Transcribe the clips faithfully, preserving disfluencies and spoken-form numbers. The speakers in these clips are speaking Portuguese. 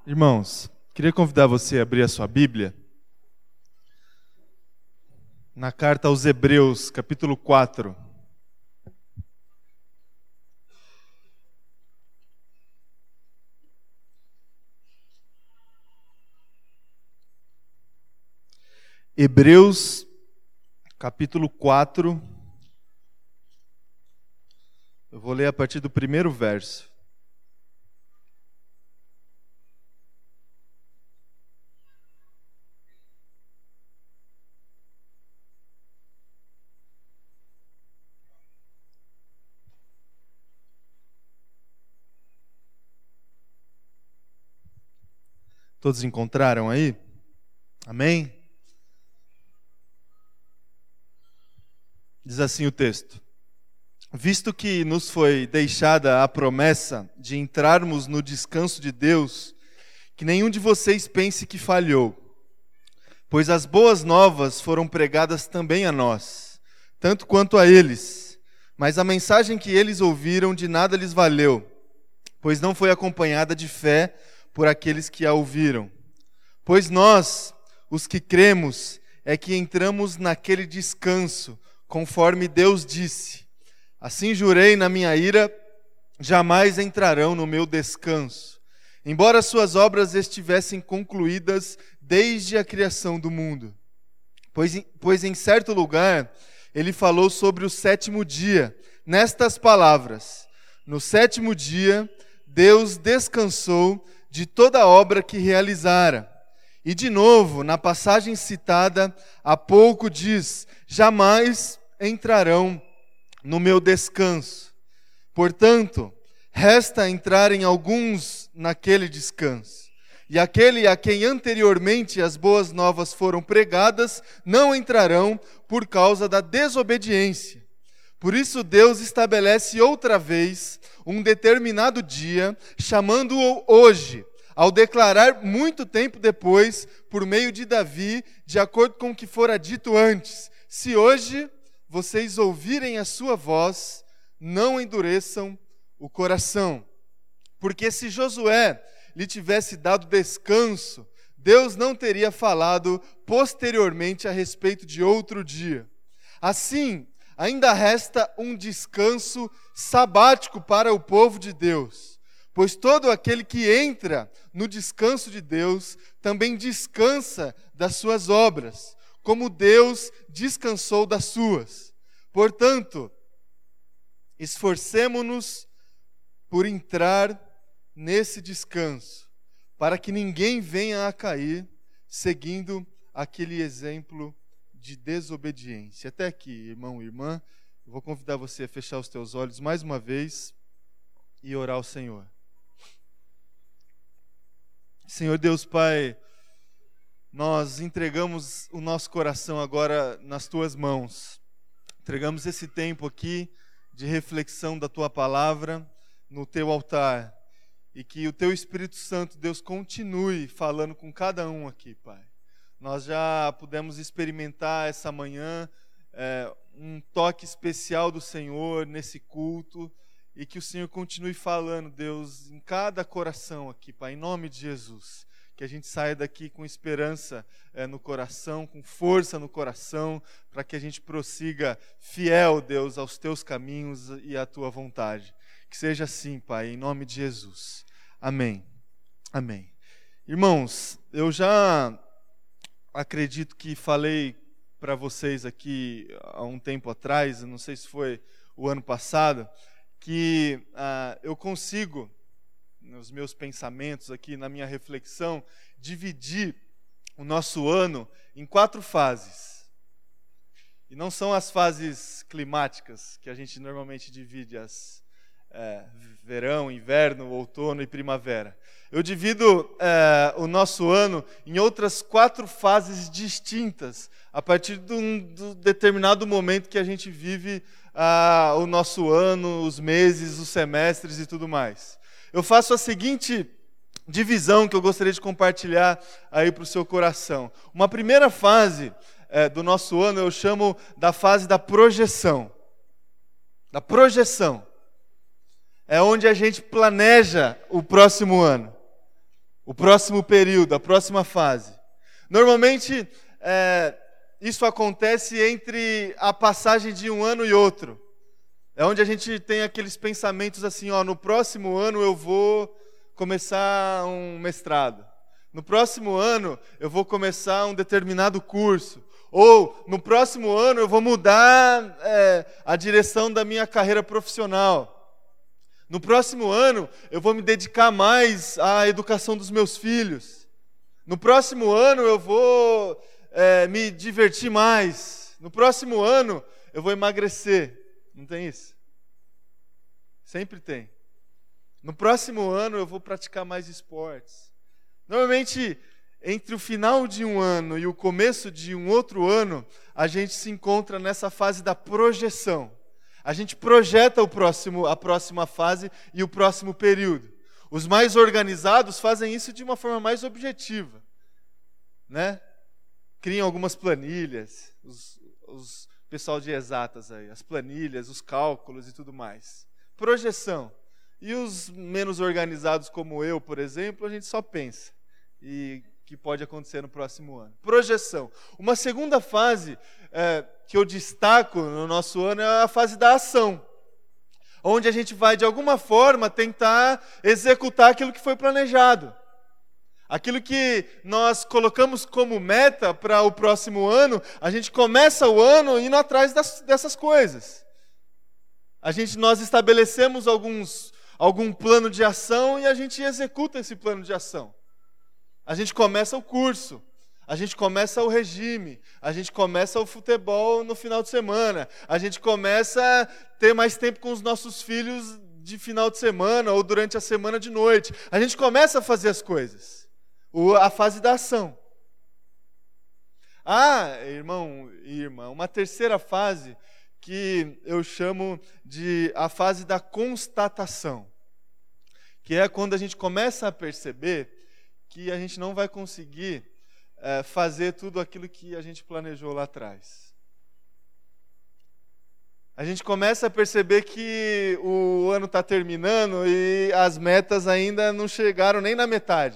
Irmãos, queria convidar você a abrir a sua Bíblia na carta aos Hebreus, capítulo quatro. Hebreus, capítulo quatro. Eu vou ler a partir do primeiro verso. Todos encontraram aí? Amém? Diz assim o texto: Visto que nos foi deixada a promessa de entrarmos no descanso de Deus, que nenhum de vocês pense que falhou, pois as boas novas foram pregadas também a nós, tanto quanto a eles, mas a mensagem que eles ouviram de nada lhes valeu, pois não foi acompanhada de fé por aqueles que a ouviram. Pois nós, os que cremos, é que entramos naquele descanso, conforme Deus disse: Assim jurei na minha ira, jamais entrarão no meu descanso, embora suas obras estivessem concluídas desde a criação do mundo. Pois, pois em certo lugar ele falou sobre o sétimo dia, nestas palavras: No sétimo dia Deus descansou de toda a obra que realizara. E de novo, na passagem citada há pouco diz: Jamais entrarão no meu descanso. Portanto, resta entrarem alguns naquele descanso. E aquele a quem anteriormente as boas novas foram pregadas, não entrarão por causa da desobediência. Por isso Deus estabelece outra vez um determinado dia, chamando-o hoje, ao declarar muito tempo depois, por meio de Davi, de acordo com o que fora dito antes: Se hoje vocês ouvirem a sua voz, não endureçam o coração. Porque se Josué lhe tivesse dado descanso, Deus não teria falado posteriormente a respeito de outro dia. Assim, ainda resta um descanso sabático para o povo de Deus, pois todo aquele que entra no descanso de Deus também descansa das suas obras, como Deus descansou das suas. Portanto, esforcemo-nos por entrar nesse descanso, para que ninguém venha a cair seguindo aquele exemplo de desobediência. Até aqui, irmão e irmã, eu vou convidar você a fechar os teus olhos mais uma vez e orar ao Senhor. Senhor Deus Pai, nós entregamos o nosso coração agora nas Tuas mãos. Entregamos esse tempo aqui de reflexão da Tua palavra no Teu altar. E que o Teu Espírito Santo, Deus, continue falando com cada um aqui, Pai. Nós já pudemos experimentar essa manhã é, um toque especial do Senhor nesse culto. E que o Senhor continue falando, Deus, em cada coração aqui, Pai, em nome de Jesus. Que a gente saia daqui com esperança é, no coração, com força no coração, para que a gente prossiga fiel, Deus, aos Teus caminhos e à Tua vontade. Que seja assim, Pai, em nome de Jesus. Amém. Amém. Irmãos, eu já acredito que falei para vocês aqui há um tempo atrás, não sei se foi o ano passado, que uh, eu consigo, nos meus pensamentos aqui, na minha reflexão, dividir o nosso ano em quatro fases. E não são as fases climáticas, que a gente normalmente divide as é, verão, inverno, outono e primavera. Eu divido é, o nosso ano em outras quatro fases distintas, a partir de um, de um determinado momento que a gente vive Ah, o nosso ano, os meses, os semestres e tudo mais. Eu faço a seguinte divisão que eu gostaria de compartilhar aí para o seu coração. Uma primeira fase é, do nosso ano eu chamo da fase da projeção. Da projeção. É onde a gente planeja o próximo ano. o próximo período, a próxima fase. Normalmente, é, isso acontece entre a passagem de um ano e outro. É onde a gente tem aqueles pensamentos assim, ó, no próximo ano eu vou começar um mestrado. No próximo ano eu vou começar um determinado curso. Ou no próximo ano eu vou mudar é, a direção da minha carreira profissional. No próximo ano eu vou me dedicar mais à educação dos meus filhos. No próximo ano eu vou é, me divertir mais. No próximo ano eu vou emagrecer. Não tem isso? Sempre tem. No próximo ano eu vou praticar mais esportes. Normalmente, entre o final de um ano e o começo de um outro ano, a gente se encontra nessa fase da projeção. A gente projeta o próximo, a próxima fase e o próximo período. Os mais organizados fazem isso de uma forma mais objetiva, né? Criam algumas planilhas, os, os pessoal de exatas aí, as planilhas, os cálculos e tudo mais. Projeção. E os menos organizados como eu, por exemplo, a gente só pensa. E que pode acontecer no próximo ano. Projeção. Uma segunda fase é, que eu destaco no nosso ano é a fase da ação, onde a gente vai, de alguma forma, tentar executar aquilo que foi planejado. Aquilo que nós colocamos como meta para o próximo ano, a gente começa o ano indo atrás das, dessas coisas. A gente, nós estabelecemos alguns, algum plano de ação e a gente executa esse plano de ação. A gente começa o curso, a gente começa o regime, a gente começa o futebol no final de semana, a gente começa a ter mais tempo com os nossos filhos de final de semana ou durante a semana de noite. A gente começa a fazer as coisas, a fase da ação. Ah, irmão e irmã, uma terceira fase que eu chamo de a fase da constatação, que é quando a gente começa a perceber que a gente não vai conseguir é, fazer tudo aquilo que a gente planejou lá atrás. A gente começa a perceber que o ano está terminando e as metas ainda não chegaram nem na metade.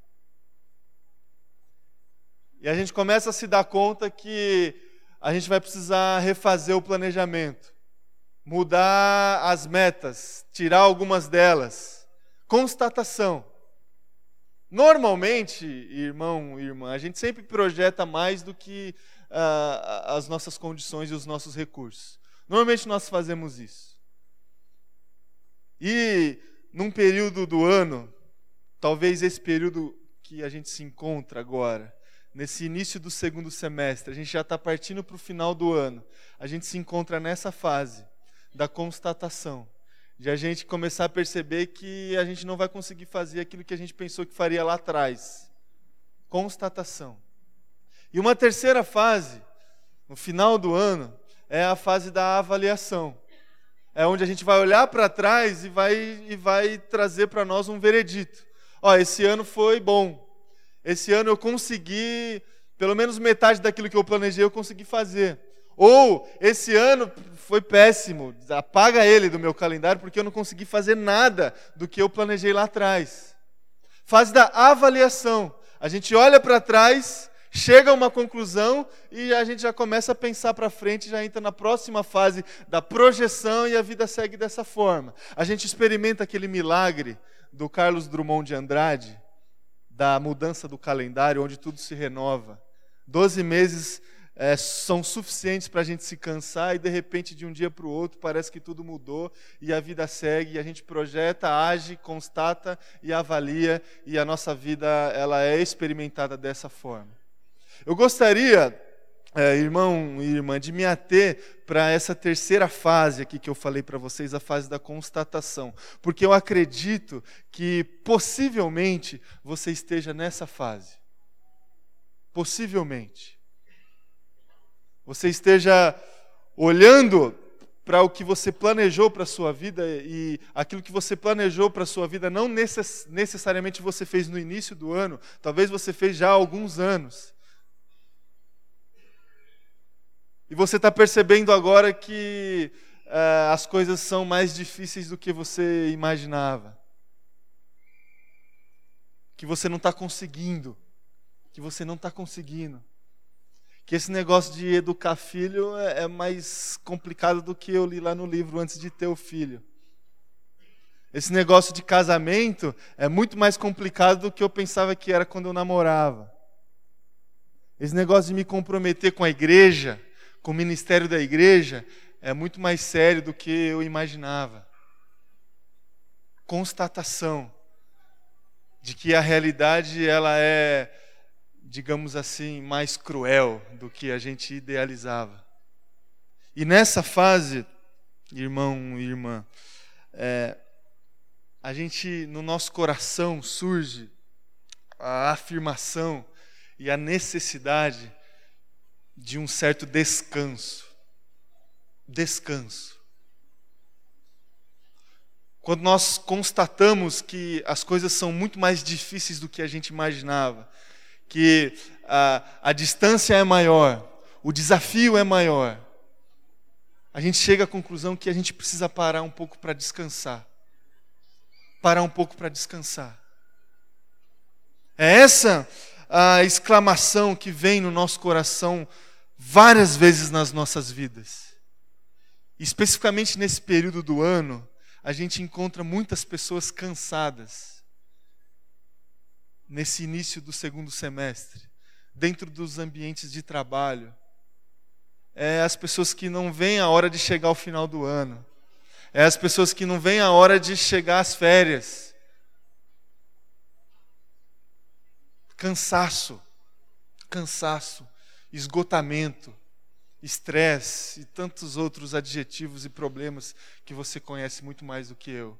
E a gente começa a se dar conta que a gente vai precisar refazer o planejamento, mudar as metas, tirar algumas delas. Constatação. Normalmente, irmão e irmã, a gente sempre projeta mais do que uh, as nossas condições e os nossos recursos. Normalmente nós fazemos isso. E num período do ano, talvez esse período que a gente se encontra agora, nesse início do segundo semestre, a gente já está partindo para o final do ano, a gente se encontra nessa fase da constatação. De a gente começar a perceber que a gente não vai conseguir fazer aquilo que a gente pensou que faria lá atrás. Constatação. E uma terceira fase, no final do ano, é a fase da avaliação. É onde a gente vai olhar para trás e vai, e vai trazer para nós um veredito. Ó, esse ano foi bom. Esse ano eu consegui, pelo menos metade daquilo que eu planejei eu consegui fazer. Ou, esse ano foi péssimo, apaga ele do meu calendário porque eu não consegui fazer nada do que eu planejei lá atrás. Fase da avaliação. A gente olha para trás, chega a uma conclusão e a gente já começa a pensar para frente, já entra na próxima fase da projeção e a vida segue dessa forma. A gente experimenta aquele milagre do Carlos Drummond de Andrade, da mudança do calendário, onde tudo se renova. Doze meses É, são suficientes para a gente se cansar e de repente de um dia para o outro parece que tudo mudou e a vida segue e a gente projeta, age, constata e avalia e a nossa vida ela é experimentada dessa forma. Eu gostaria, é, irmão e irmã, de me ater para essa terceira fase aqui que eu falei para vocês, a fase da constatação, porque eu acredito que possivelmente você esteja nessa fase. Possivelmente. Você esteja olhando para o que você planejou para a sua vida e aquilo que você planejou para a sua vida não necess, necessariamente você fez no início do ano, talvez você fez já há alguns anos. E você está percebendo agora que uh, as coisas são mais difíceis do que você imaginava. que você não está conseguindo, que você não está conseguindo. Que esse negócio de educar filho é, é mais complicado do que eu li lá no livro antes de ter o filho. Esse negócio de casamento é muito mais complicado do que eu pensava que era quando eu namorava. Esse negócio de me comprometer com a igreja, com o ministério da igreja, é muito mais sério do que eu imaginava. Constatação de que a realidade ela é, digamos assim, mais cruel do que a gente idealizava. E nessa fase, irmão e irmã, é, a gente, no nosso coração surge a afirmação e a necessidade de um certo descanso. Descanso. Quando nós constatamos que as coisas são muito mais difíceis do que a gente imaginava, que a, a distância é maior, o desafio é maior, a gente chega à conclusão que a gente precisa parar um pouco para descansar. Parar um pouco para descansar. É essa a exclamação que vem no nosso coração várias vezes nas nossas vidas. Especificamente nesse período do ano, a gente encontra muitas pessoas cansadas. Nesse início do segundo semestre, dentro dos ambientes de trabalho. É as pessoas que não veem a hora de chegar ao final do ano. É as pessoas que não veem a hora de chegar às férias. Cansaço, cansaço, esgotamento, estresse e tantos outros adjetivos e problemas que você conhece muito mais do que eu.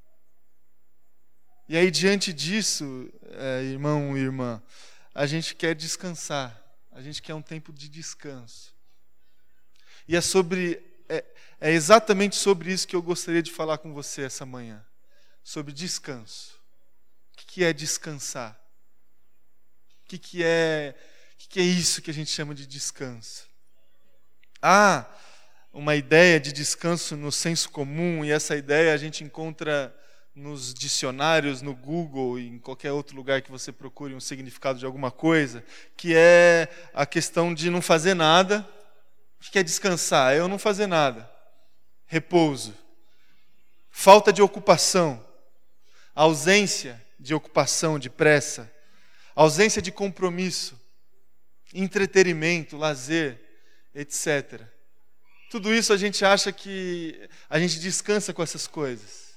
E aí, diante disso, é, irmão e irmã, a gente quer descansar, a gente quer um tempo de descanso. E é sobre... É, É exatamente sobre isso que eu gostaria de falar com você essa manhã. Sobre descanso. O que é descansar? O que é, o que é isso que a gente chama de descanso? Há uma ideia de descanso no senso comum, e essa ideia a gente encontra nos dicionários, no Google e em qualquer outro lugar que você procure um significado de alguma coisa, que é a questão de não fazer nada. O que é descansar? É eu não fazer nada. Repouso, falta de ocupação, ausência de ocupação, de pressa, ausência de compromisso, entretenimento, lazer, etcétera. Tudo isso a gente acha que a gente descansa com essas coisas.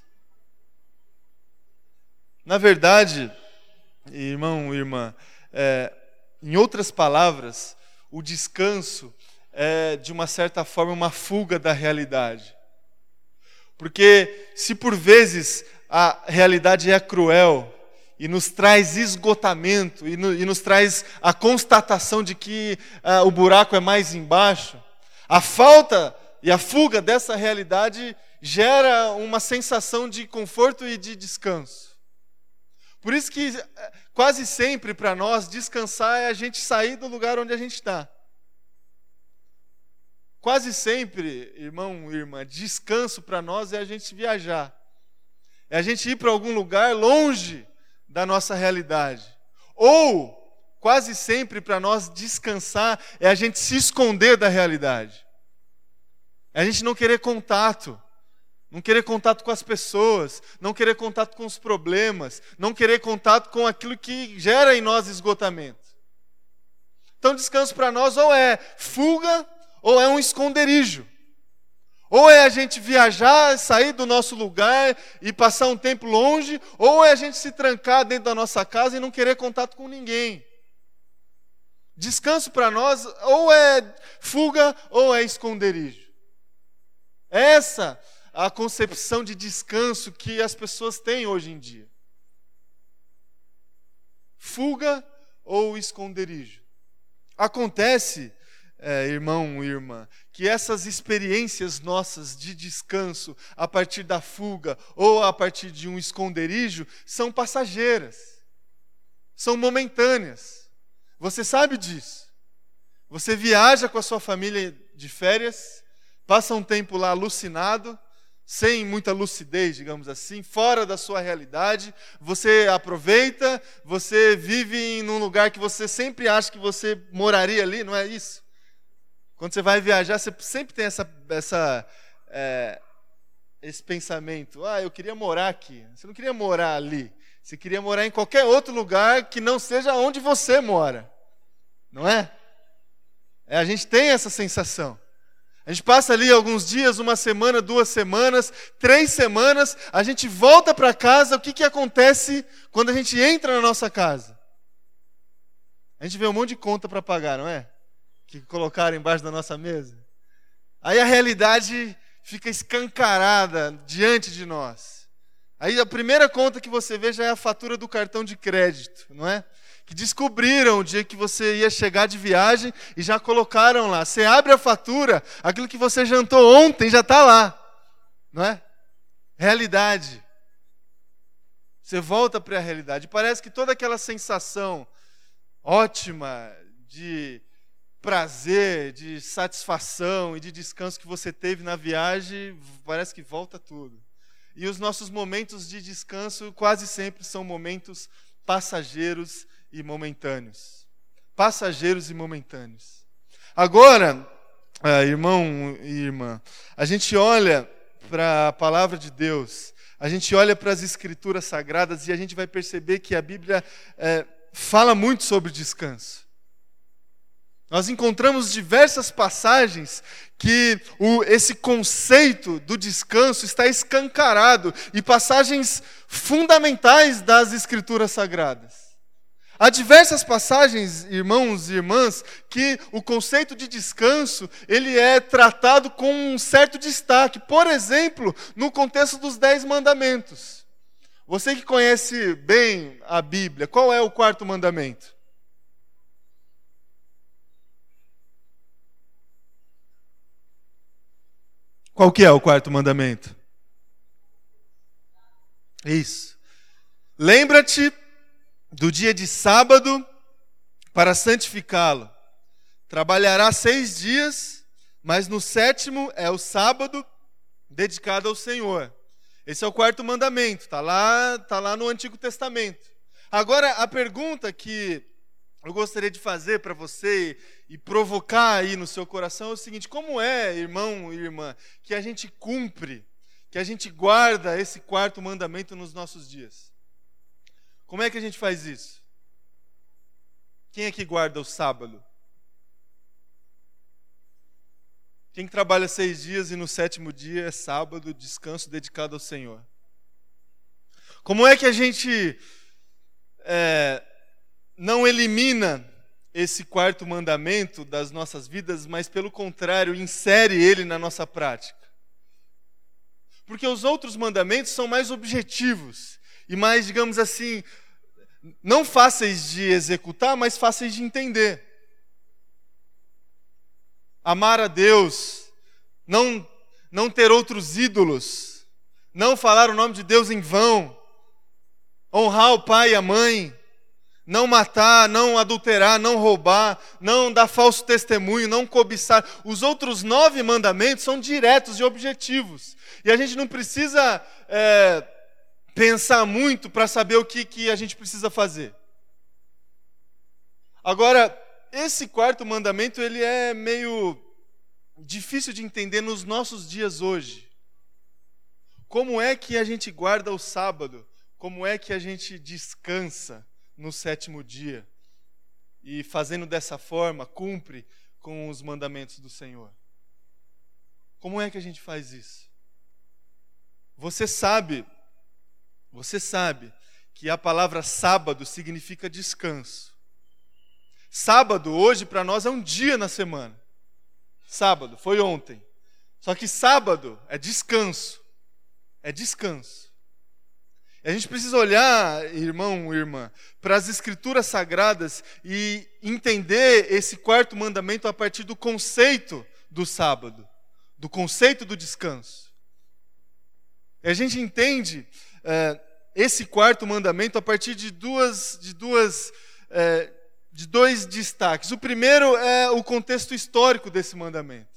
Na verdade, irmão e irmã, é, em outras palavras, o descanso é, de uma certa forma, uma fuga da realidade. Porque se por vezes a realidade é cruel e nos traz esgotamento e, no, e nos traz a constatação de que uh, o buraco é mais embaixo, a falta e a fuga dessa realidade gera uma sensação de conforto e de descanso. Por isso que quase sempre para nós descansar é a gente sair do lugar onde a gente está. Quase sempre, irmão e irmã, descanso para nós é a gente viajar. É a gente ir para algum lugar longe da nossa realidade. Ou, quase sempre para nós descansar é a gente se esconder da realidade. É a gente não querer contato. Não querer contato com as pessoas. Não querer contato com os problemas. Não querer contato com aquilo que gera em nós esgotamento. Então, descanso para nós ou é fuga ou é um esconderijo. Ou é a gente viajar, sair do nosso lugar e passar um tempo longe, ou é a gente se trancar dentro da nossa casa e não querer contato com ninguém. Descanso para nós ou é fuga ou é esconderijo. Essa é a concepção de descanso que as pessoas têm hoje em dia. Fuga ou esconderijo. Acontece, É, irmão e irmã, que essas experiências nossas de descanso a partir da fuga ou a partir de um esconderijo são passageiras, são momentâneas. Você sabe disso. Você viaja com a sua família de férias, passa um tempo lá alucinado, sem muita lucidez, digamos assim, fora da sua realidade. Você aproveita, você vive em um lugar que você sempre acha que você moraria ali, não é isso? Quando você vai viajar, você sempre tem essa, essa, é, esse pensamento. Ah, eu queria morar aqui. Você não queria morar ali. Você queria morar em qualquer outro lugar que não seja onde você mora. Não é? É, a gente tem essa sensação. A gente passa ali alguns dias, uma semana, duas semanas, três semanas, a gente volta para casa. O que, que acontece quando a gente entra na nossa casa? A gente vê um monte de conta para pagar, não é? Que colocaram embaixo da nossa mesa. Aí a realidade fica escancarada diante de nós. Aí a primeira conta que você vê já é a fatura do cartão de crédito, não é? Que descobriram o dia que você ia chegar de viagem e já colocaram lá. Você abre a fatura, aquilo que você jantou ontem já está lá, não é? Realidade. Você volta para a realidade. Parece que toda aquela sensação ótima de prazer, de satisfação e de descanso que você teve na viagem, parece que volta tudo. E os nossos momentos de descanso quase sempre são momentos passageiros e momentâneos. Passageiros e momentâneos. Agora, irmão e irmã, a gente olha para a palavra de Deus, a gente olha para as Escrituras Sagradas e a gente vai perceber que a Bíblia é, fala muito sobre descanso. Nós encontramos diversas passagens que o, esse conceito do descanso está escancarado e passagens fundamentais das Escrituras Sagradas. Há diversas passagens, irmãos e irmãs, que o conceito de descanso ele é tratado com um certo destaque. Por exemplo, no contexto dos Dez Mandamentos. Você que conhece bem a Bíblia, qual é o quarto mandamento? Qual que é o quarto mandamento? Isso. Lembra-te do dia de sábado para santificá-lo. Trabalhará seis dias, mas no sétimo é o sábado dedicado ao Senhor. Esse é o quarto mandamento, está lá, tá lá no Antigo Testamento. Agora, a pergunta que eu gostaria de fazer para você e provocar aí no seu coração é o seguinte: como é, irmão e irmã, que a gente cumpre, que a gente guarda esse quarto mandamento nos nossos dias? Como é que a gente faz isso? Quem é que guarda o sábado? Quem trabalha seis dias e no sétimo dia é sábado, descanso dedicado ao Senhor? Como é que a gente é, não elimina esse quarto mandamento das nossas vidas, mas pelo contrário, insere ele na nossa prática? Porque os outros mandamentos são mais objetivos e mais, digamos assim, não fáceis de executar, mas fáceis de entender. Amar a Deus, não, não ter outros ídolos, não falar o nome de Deus em vão, honrar o pai e a mãe, não matar, não adulterar, não roubar, não dar falso testemunho, não cobiçar. Os outros nove mandamentos são diretos e objetivos. E a gente não precisa é, pensar muito para saber o que, que a gente precisa fazer. Agora, esse quarto mandamento ele é meio difícil de entender nos nossos dias hoje. Como é que a gente guarda o sábado? Como é que a gente descansa no sétimo dia? E fazendo dessa forma, cumpre com os mandamentos do Senhor. Como é que a gente faz isso? Você sabe, você sabe que a palavra sábado significa descanso. Sábado, hoje, para nós, é um dia na semana. Sábado, foi ontem. Só que sábado é descanso. É descanso. E a gente precisa olhar, irmão e irmã, para as Escrituras Sagradas e entender esse quarto mandamento a partir do conceito do sábado, do conceito do descanso. E a gente entende é, esse quarto mandamento a partir de duas... De duas é, de dois destaques. O primeiro é o contexto histórico desse mandamento.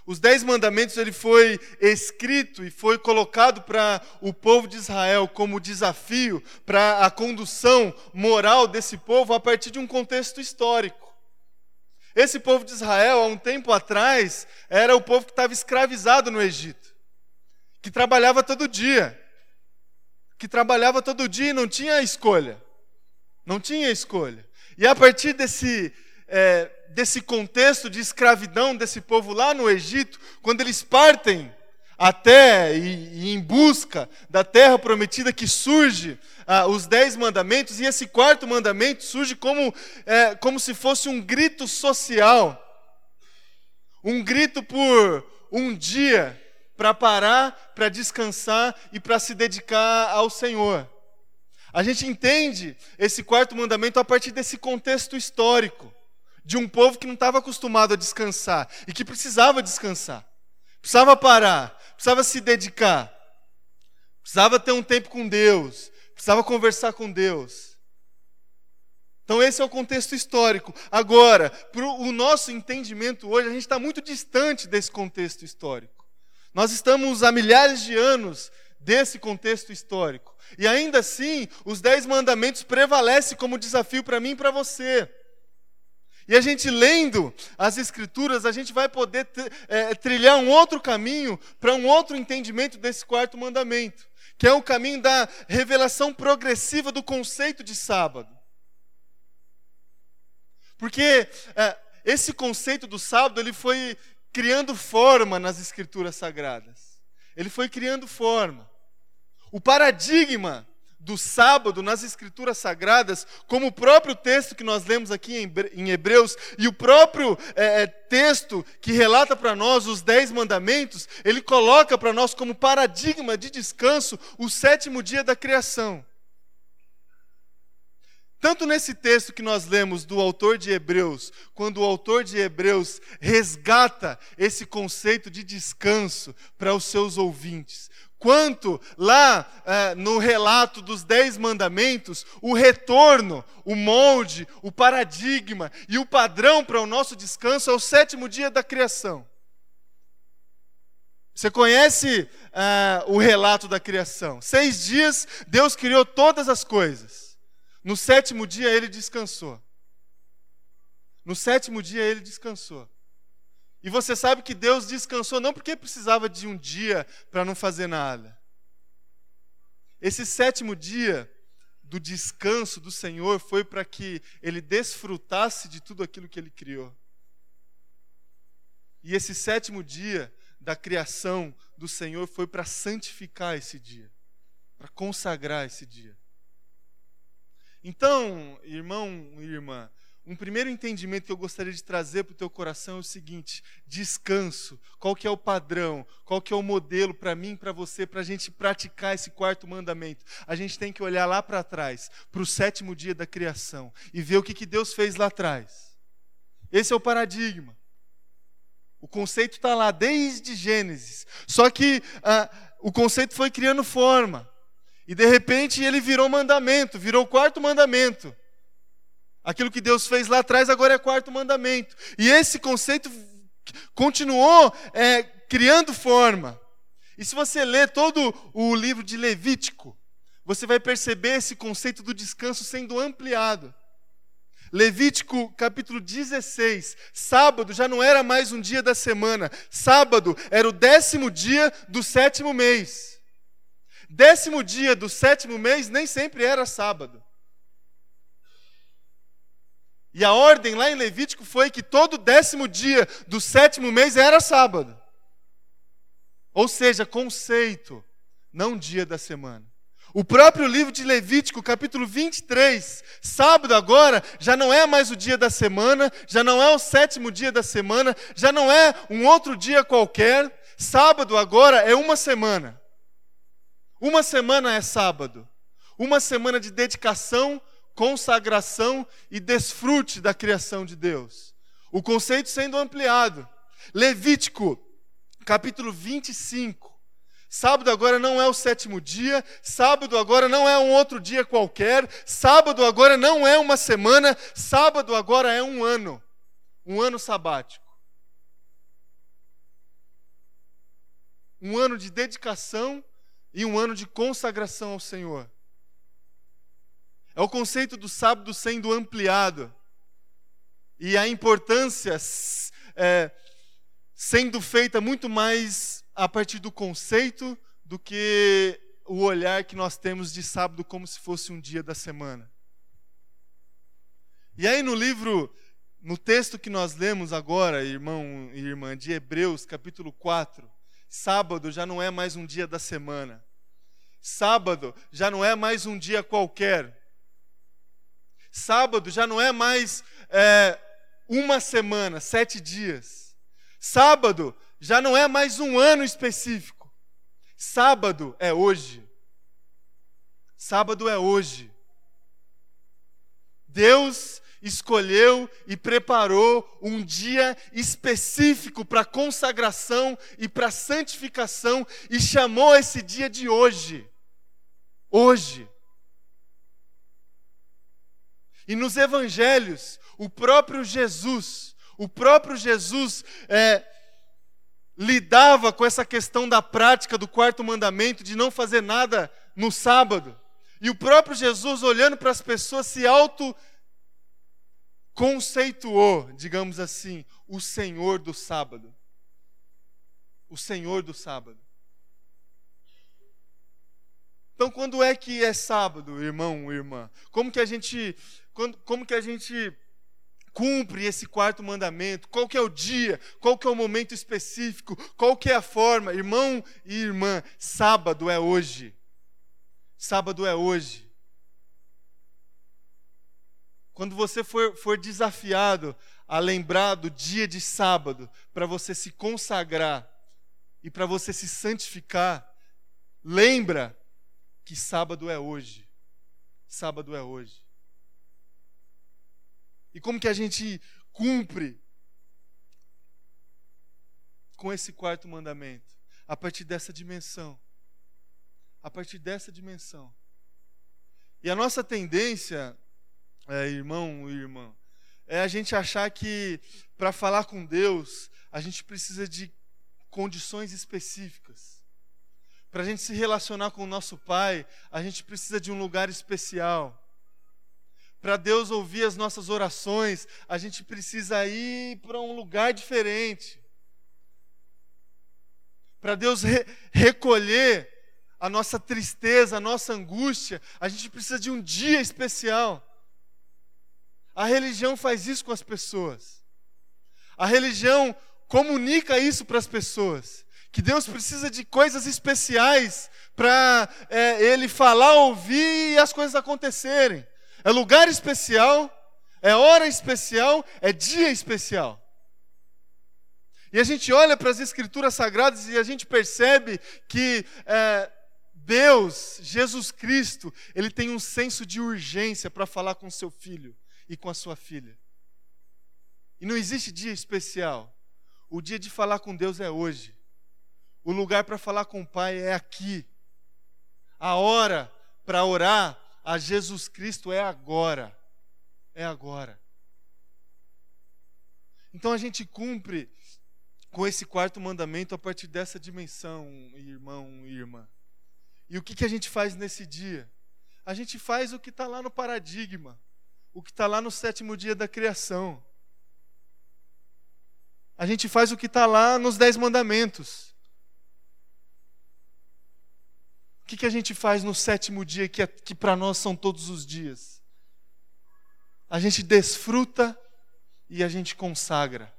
Os Dez Mandamentos ele foi escrito e foi colocado para o povo de Israel como desafio para a condução moral desse povo a partir de um contexto histórico. Esse povo de Israel, há um tempo atrás, era o povo que estava escravizado no Egito, que trabalhava todo dia, que trabalhava todo dia e não tinha escolha. Não tinha escolha. E a partir desse... É, desse contexto de escravidão desse povo lá no Egito, quando eles partem até e, e em busca da terra prometida, que surge ah, os dez mandamentos, e esse quarto mandamento surge como, é, como se fosse um grito social, um grito por um dia para parar, para descansar e para se dedicar ao Senhor. A gente entende esse quarto mandamento a partir desse contexto histórico, de um povo que não estava acostumado a descansar e que precisava descansar, precisava parar, precisava se dedicar, precisava ter um tempo com Deus, precisava conversar com Deus. Então esse é o contexto histórico. Agora, para o nosso entendimento hoje, a gente está muito distante desse contexto histórico. Nós estamos há milhares de anos desse contexto histórico. E ainda assim, os Dez Mandamentos prevalecem como desafio para mim e para você. E a gente lendo as Escrituras, a gente vai poder é, trilhar um outro caminho para um outro entendimento desse quarto mandamento, que é o caminho da revelação progressiva do conceito de sábado. Porque é, esse conceito do sábado, ele foi criando forma nas Escrituras Sagradas. Ele foi criando forma. O paradigma do sábado nas Escrituras Sagradas, como o próprio texto que nós lemos aqui em Hebreus, e o próprio é, texto que relata para nós os Dez Mandamentos, ele coloca para nós como paradigma de descanso o sétimo dia da criação. Tanto nesse texto que nós lemos do autor de Hebreus, quando o autor de Hebreus resgata esse conceito de descanso para os seus ouvintes, quanto lá é, no relato dos Dez Mandamentos, o retorno, o molde, o paradigma e o padrão para o nosso descanso é o sétimo dia da criação. Você conhece é, o relato da criação? Seis dias Deus criou todas as coisas. No sétimo dia ele descansou. No sétimo dia ele descansou. E você sabe que Deus descansou não porque precisava de um dia para não fazer nada. Esse sétimo dia do descanso do Senhor foi para que ele desfrutasse de tudo aquilo que ele criou. E esse sétimo dia da criação do Senhor foi para santificar esse dia, para consagrar esse dia. Então, irmão e irmã, um primeiro entendimento que eu gostaria de trazer para o teu coração é o seguinte: descanso. Qual que é o padrão? Qual que é o modelo para mim e para você, para a gente praticar esse quarto mandamento? A gente tem que olhar lá para trás, para o sétimo dia da criação, e ver o que, que Deus fez lá atrás. Esse é o paradigma. O conceito está lá desde Gênesis. Só que ah, o conceito foi criando forma. E de repente ele virou mandamento, virou o quarto mandamento. Aquilo que Deus fez lá atrás agora é quarto mandamento. E esse conceito continuou é, criando forma. E se você ler todo o livro de Levítico, você vai perceber esse conceito do descanso sendo ampliado. Levítico capítulo dezesseis, sábado já não era mais um dia da semana, sábado era o décimo dia do sétimo mês. Décimo dia do sétimo mês nem sempre era sábado. E a ordem lá em Levítico foi que todo décimo dia do sétimo mês era sábado. Ou seja, conceito, não dia da semana. O próprio livro de Levítico, capítulo vinte e três, sábado agora já não é mais o dia da semana, já não é o sétimo dia da semana, já não é um outro dia qualquer. Sábado agora é uma semana. Uma semana é sábado. Uma semana de dedicação, consagração e desfrute da criação de Deus. O conceito sendo ampliado. Levítico, capítulo vinte e cinco. Sábado agora não é o sétimo dia, sábado agora não é um outro dia qualquer, sábado agora não é uma semana, sábado agora é um ano. Um ano sabático. um ano de dedicação e um ano de consagração ao Senhor. É o conceito do sábado sendo ampliado. E a importância é, sendo feita muito mais a partir do conceito do que o olhar que nós temos de sábado como se fosse um dia da semana. E aí no livro, no texto que nós lemos agora, irmão e irmã, de Hebreus, capítulo quatro, sábado já não é mais um dia da semana. Sábado já não é mais um dia qualquer. Sábado já não é mais é, uma semana, sete dias. Sábado já não é mais um ano específico. Sábado é hoje. Sábado é hoje. Deus escolheu e preparou um dia específico para consagração e para santificação e chamou esse dia de hoje. Hoje. E nos evangelhos, o próprio Jesus, o próprio Jesus é, lidava com essa questão da prática do quarto mandamento, de não fazer nada no sábado. E o próprio Jesus, olhando para as pessoas, se auto-conceituou, digamos assim, o Senhor do sábado. O Senhor do sábado. Então, quando é que é sábado, irmão, irmã? Como que a gente, quando, como que a gente cumpre esse quarto mandamento? Qual que é o dia? Qual que é o momento específico? Qual que é a forma? Irmão e irmã, sábado é hoje. Sábado é hoje. Quando você for, for desafiado a lembrar do dia de sábado, para você se consagrar e para você se santificar, lembra que sábado é hoje. Sábado é hoje. E como que a gente cumpre com esse quarto mandamento? A partir dessa dimensão. A partir dessa dimensão. E a nossa tendência, é, irmão e irmã, é a gente achar que para falar com Deus, a gente precisa de condições específicas. Para a gente se relacionar com o nosso Pai, a gente precisa de um lugar especial. Para Deus ouvir as nossas orações, a gente precisa ir para um lugar diferente. Para Deus re- recolher a nossa tristeza, a nossa angústia, a gente precisa de um dia especial. A religião faz isso com as pessoas. A religião comunica isso para as pessoas. Que Deus precisa de coisas especiais para é, Ele falar, ouvir e as coisas acontecerem. É lugar especial, é hora especial, é dia especial. E a gente olha para as Escrituras Sagradas e a gente percebe que é, Deus, Jesus Cristo, Ele tem um senso de urgência para falar com seu filho e com a sua filha. E não existe dia especial. O dia de falar com Deus é hoje. O lugar para falar com o Pai é aqui. A hora para orar a Jesus Cristo é agora. É agora. Então a gente cumpre com esse quarto mandamento a partir dessa dimensão, irmão e irmã. E o que, que a gente faz nesse dia? A gente faz o que está lá no paradigma, o que está lá no sétimo dia da criação. A gente faz o que está lá nos dez mandamentos. O que, que a gente faz no sétimo dia, que, é, que para nós são todos os dias? A gente desfruta e a gente consagra.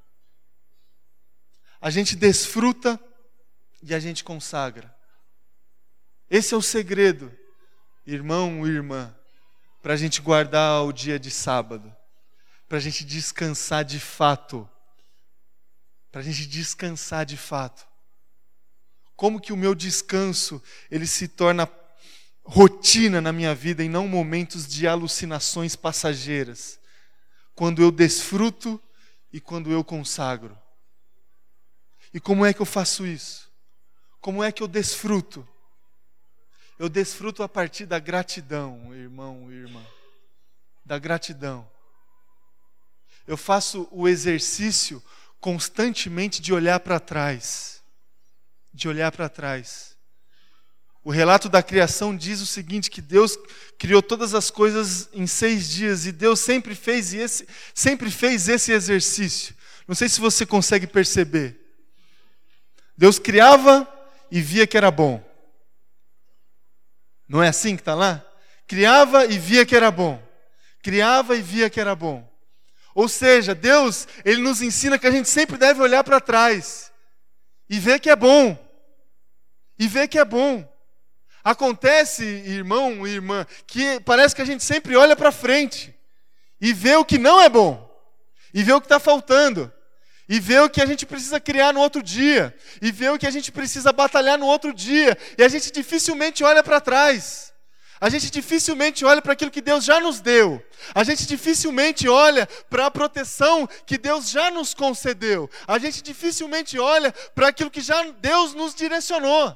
A gente desfruta e a gente consagra. Esse é o segredo, irmão e irmã, para a gente guardar o dia de sábado, para a gente descansar de fato, para a gente descansar de fato. Como que o meu descanso, ele se torna rotina na minha vida e não momentos de alucinações passageiras, quando eu desfruto e quando eu consagro. E como é que eu faço isso? Como é que eu desfruto? Eu desfruto a partir da gratidão, irmão e irmã. Da gratidão. Eu faço o exercício constantemente de olhar para trás. de olhar para trás. O relato da criação diz o seguinte, que Deus criou todas as coisas em seis dias e Deus sempre fez esse, sempre fez esse exercício. Não sei se você consegue perceber. Deus criava e via que era bom. Não é assim que está lá? Criava e via que era bom. Criava e via que era bom. Ou seja, Deus, Ele nos ensina que a gente sempre deve olhar para trás e ver que é bom. E ver que é bom. Acontece, irmão e irmã, que parece que a gente sempre olha para frente e vê o que não é bom. E vê o que está faltando. E vê o que a gente precisa criar no outro dia. E vê o que a gente precisa batalhar no outro dia. E a gente dificilmente olha para trás. A gente dificilmente olha para aquilo que Deus já nos deu. A gente dificilmente olha para a proteção que Deus já nos concedeu. A gente dificilmente olha para aquilo que já Deus nos direcionou.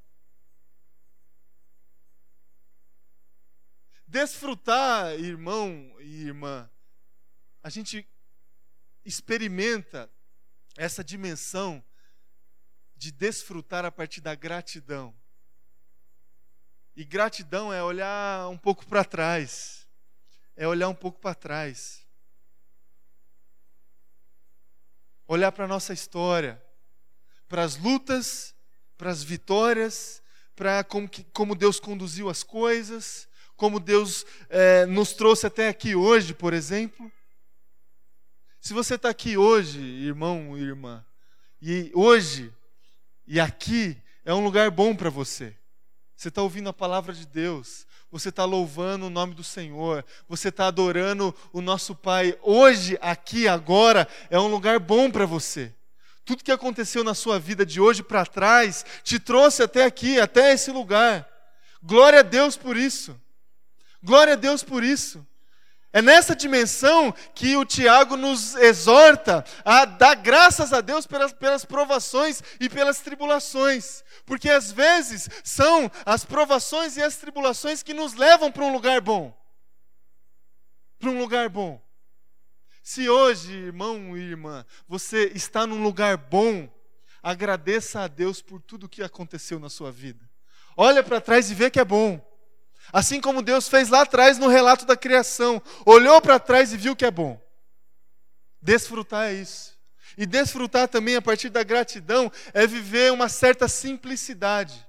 Desfrutar, irmão e irmã, a gente experimenta essa dimensão de desfrutar a partir da gratidão. E gratidão é olhar um pouco para trás. É olhar um pouco para trás. Olhar para a nossa história, para as lutas, para as vitórias, para como, que, como Deus conduziu as coisas, como Deus é, nos trouxe até aqui hoje, por exemplo. Se você está aqui hoje, irmão e irmã, e hoje e aqui é um lugar bom para você. Você está ouvindo a palavra de Deus, você está louvando o nome do Senhor, você está adorando o nosso Pai. Hoje, aqui, agora, é um lugar bom para você. Tudo que aconteceu na sua vida de hoje para trás te trouxe até aqui, até esse lugar. Glória a Deus por isso. Glória a Deus por isso. É nessa dimensão que o Tiago nos exorta a dar graças a Deus pelas, pelas provações e pelas tribulações. Porque às vezes são as provações e as tribulações que nos levam para um lugar bom. Para um lugar bom. Se hoje, irmão e irmã, você está num lugar bom, agradeça a Deus por tudo o que aconteceu na sua vida. Olha para trás e vê que é bom. Assim como Deus fez lá atrás no relato da criação. Olhou para trás e viu que é bom. Desfrutar é isso. E desfrutar também a partir da gratidão é viver uma certa simplicidade.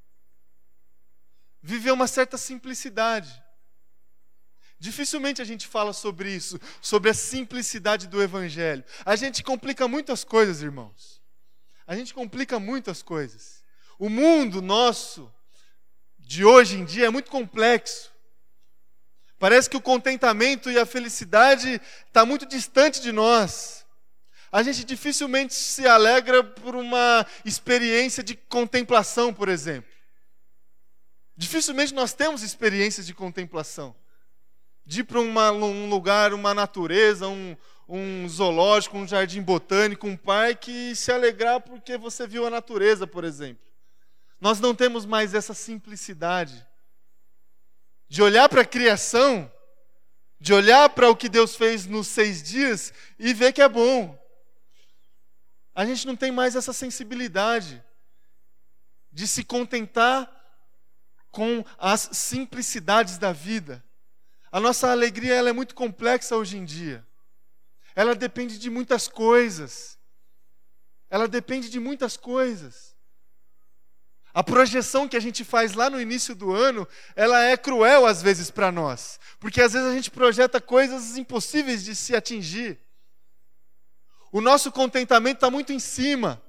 Viver uma certa simplicidade. Dificilmente a gente fala sobre isso, sobre a simplicidade do Evangelho. A gente complica muitas coisas, irmãos. A gente complica muitas coisas. O mundo nosso de hoje em dia é muito complexo. Parece que o contentamento e a felicidade está muito distante de nós. A gente dificilmente se alegra por uma experiência de contemplação, por exemplo. Dificilmente nós temos experiências de contemplação. De ir para uma, um lugar, uma natureza, um, um zoológico, um jardim botânico, um parque e se alegrar porque você viu a natureza, por exemplo. Nós não temos mais essa simplicidade de olhar para a criação, de olhar para o que Deus fez nos seis dias e ver que é bom. A gente não tem mais essa sensibilidade de se contentar com as simplicidades da vida. A nossa alegria ela é muito complexa hoje em dia. Ela depende de muitas coisas. Ela depende de muitas coisas. A projeção que a gente faz lá no início do ano, ela é cruel às vezes para nós. Porque às vezes a gente projeta coisas impossíveis de se atingir. O nosso contentamento está muito em cima.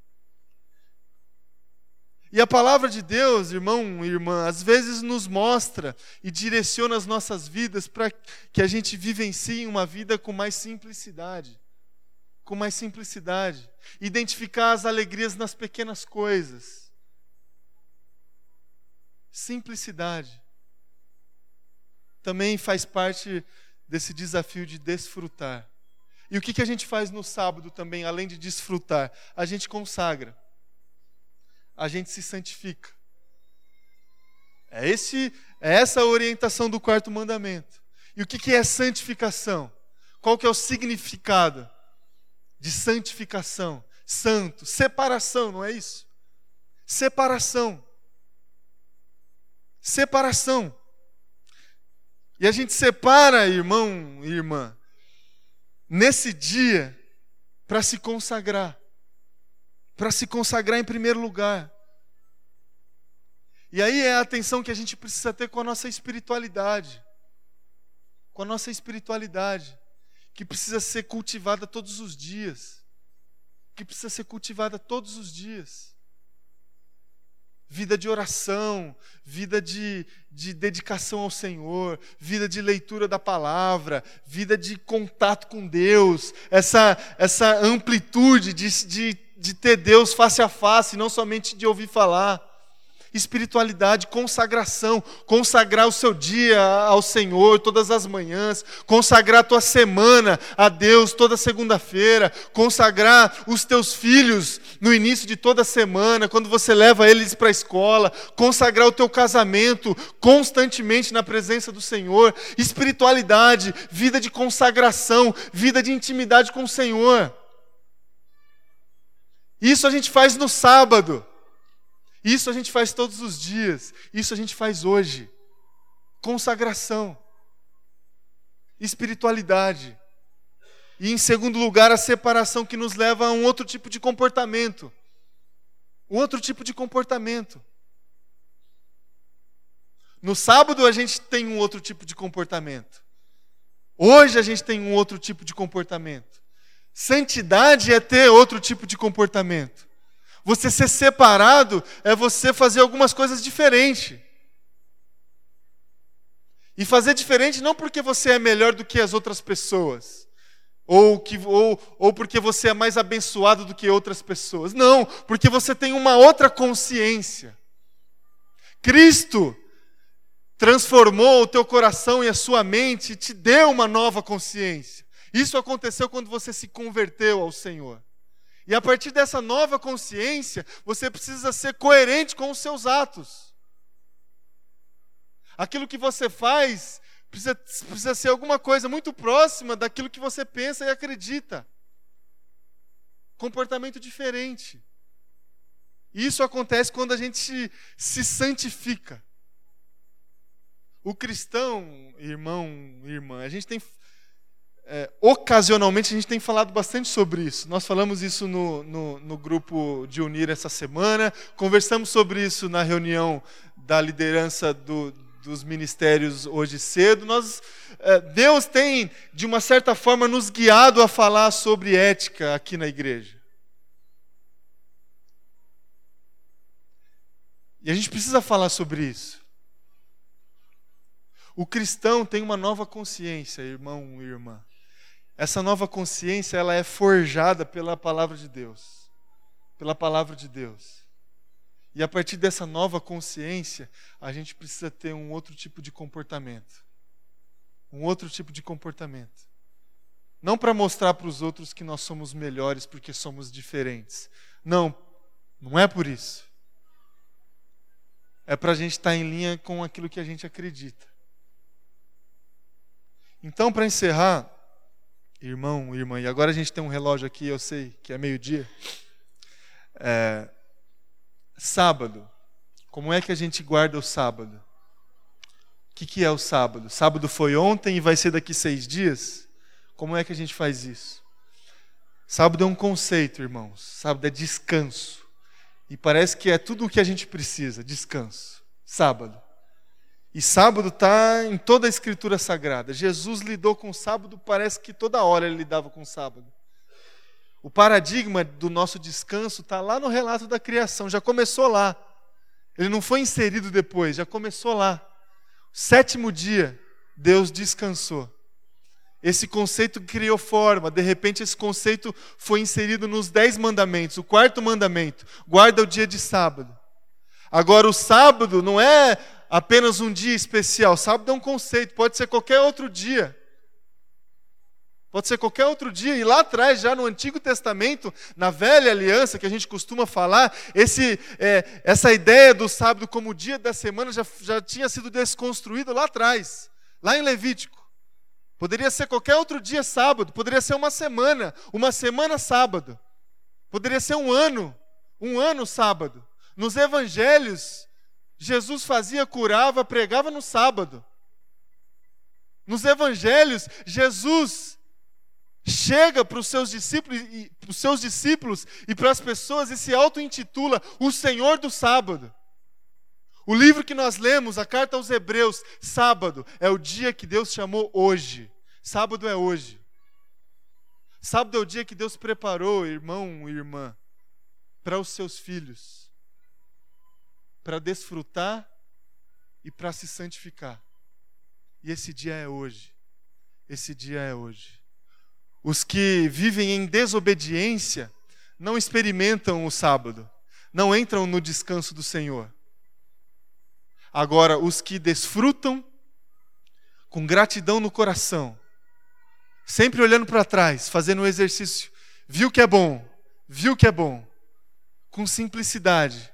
E a palavra de Deus, irmão e irmã, às vezes nos mostra e direciona as nossas vidas para que a gente vivencie uma vida com mais simplicidade. Com mais simplicidade. Identificar as alegrias nas pequenas coisas. Simplicidade. Também faz parte desse desafio de desfrutar. E o que, que a gente faz no sábado também, além de desfrutar? A gente consagra. A gente se santifica. É, esse, é essa a orientação do quarto mandamento. E o que, que é santificação? Qual que é o significado de santificação? Santo, separação, não é isso? separação. Separação. E a gente separa, irmão e irmã, nesse dia, para se consagrar. Para se consagrar em primeiro lugar. E aí é a atenção que a gente precisa ter com a nossa espiritualidade. Com a nossa espiritualidade, que precisa ser cultivada todos os dias. Que precisa ser cultivada todos os dias. Vida de oração, vida de, de dedicação ao Senhor, vida de leitura da palavra, vida de contato com Deus, essa, essa amplitude de, de, de ter Deus face a face, não somente de ouvir falar. Espiritualidade, consagração, consagrar o seu dia ao Senhor todas as manhãs, consagrar a tua semana a Deus toda segunda-feira, consagrar os teus filhos no início de toda semana, quando você leva eles para a escola, consagrar o teu casamento constantemente na presença do Senhor. Espiritualidade, vida de consagração, vida de intimidade com o Senhor. Isso a gente faz no sábado. Isso a gente faz todos os dias. Isso a gente faz hoje. Consagração. Espiritualidade. E em segundo lugar, a separação que nos leva a um outro tipo de comportamento. Um outro tipo de comportamento. No sábado a gente tem um outro tipo de comportamento. Hoje a gente tem um outro tipo de comportamento. Santidade é ter outro tipo de comportamento. Você ser separado é você fazer algumas coisas diferentes. E fazer diferente não porque você é melhor do que as outras pessoas, ou, que, ou, ou porque você é mais abençoado do que outras pessoas. Não, porque você tem uma outra consciência. Cristo transformou o teu coração e a sua mente e te deu uma nova consciência. Isso aconteceu quando você se converteu ao Senhor. E a partir dessa nova consciência, você precisa ser coerente com os seus atos. Aquilo que você faz precisa, precisa ser alguma coisa muito próxima daquilo que você pensa e acredita. Comportamento diferente. Isso acontece quando a gente se, se santifica. O cristão, irmão, irmã, a gente tem... É, ocasionalmente a gente tem falado bastante sobre isso. Nós falamos isso no, no, no grupo de Unir essa semana, conversamos sobre isso na reunião da liderança do, dos ministérios hoje cedo. Nós, é, Deus tem, de uma certa forma, nos guiado a falar sobre ética aqui na igreja. E a gente precisa falar sobre isso. O cristão tem uma nova consciência, irmão e irmã. Essa nova consciência, ela é forjada pela palavra de Deus. Pela palavra de Deus. E a partir dessa nova consciência, a gente precisa ter um outro tipo de comportamento. Um outro tipo de comportamento. Não para mostrar para os outros que nós somos melhores porque somos diferentes. Não, não é por isso. É para a gente estar em linha com aquilo que a gente acredita. Então, para encerrar, irmão, irmã, e agora a gente tem um relógio aqui, eu sei que é meio-dia. É, sábado. Como é que a gente guarda o sábado? O que, que é o sábado? Sábado foi ontem e vai ser daqui seis dias? Como é que a gente faz isso? Sábado é um conceito, irmãos. Sábado é descanso. E parece que é tudo o que a gente precisa, descanso. Sábado. E sábado está em toda a Escritura Sagrada. Jesus lidou com o sábado, parece que toda hora ele lidava com o sábado. O paradigma do nosso descanso está lá no relato da criação, já começou lá. Ele não foi inserido depois, já começou lá. Sétimo dia, Deus descansou. Esse conceito criou forma, de repente esse conceito foi inserido nos dez mandamentos. O quarto mandamento, guarda o dia de sábado. Agora o sábado não é apenas um dia especial. Sábado é um conceito, pode ser qualquer outro dia. Pode ser qualquer outro dia. E lá atrás, já no Antigo Testamento, na Velha Aliança, que a gente costuma falar, esse, é, essa ideia do sábado como dia da semana já, já tinha sido desconstruído lá atrás, lá em Levítico. Poderia ser qualquer outro dia sábado, poderia ser uma semana, uma semana sábado. Poderia ser um ano, um ano sábado. Nos evangelhos, Jesus fazia, curava, pregava no sábado. Nos evangelhos, Jesus chega para os seus discípulos e, para os seus discípulos e para as pessoas e se auto-intitula o Senhor do sábado. O livro que nós lemos, a carta aos Hebreus, sábado, é o dia que Deus chamou hoje. Sábado é hoje. Sábado é o dia que Deus preparou, irmão e irmã, para os seus filhos, para desfrutar e para se santificar. E esse dia é hoje. Esse dia é hoje. Os que vivem em desobediência não experimentam o sábado, não entram no descanso do Senhor. Agora, os que desfrutam com gratidão no coração, sempre olhando para trás, fazendo o exercício, viu que é bom, viu que é bom, com simplicidade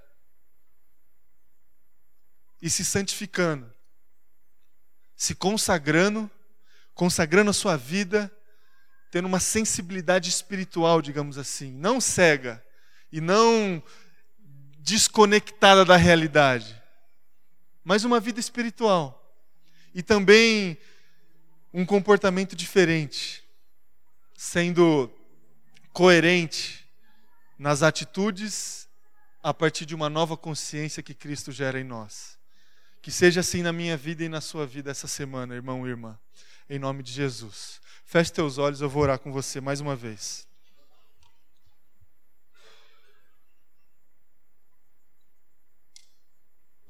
e se santificando, se consagrando, consagrando a sua vida, tendo uma sensibilidade espiritual, digamos assim, não cega e não desconectada da realidade, mas uma vida espiritual e também um comportamento diferente, sendo coerente nas atitudes a partir de uma nova consciência que Cristo gera em nós. Que seja assim na minha vida e na sua vida essa semana, irmão e irmã, em nome de Jesus. Feche teus olhos, eu vou orar com você mais uma vez.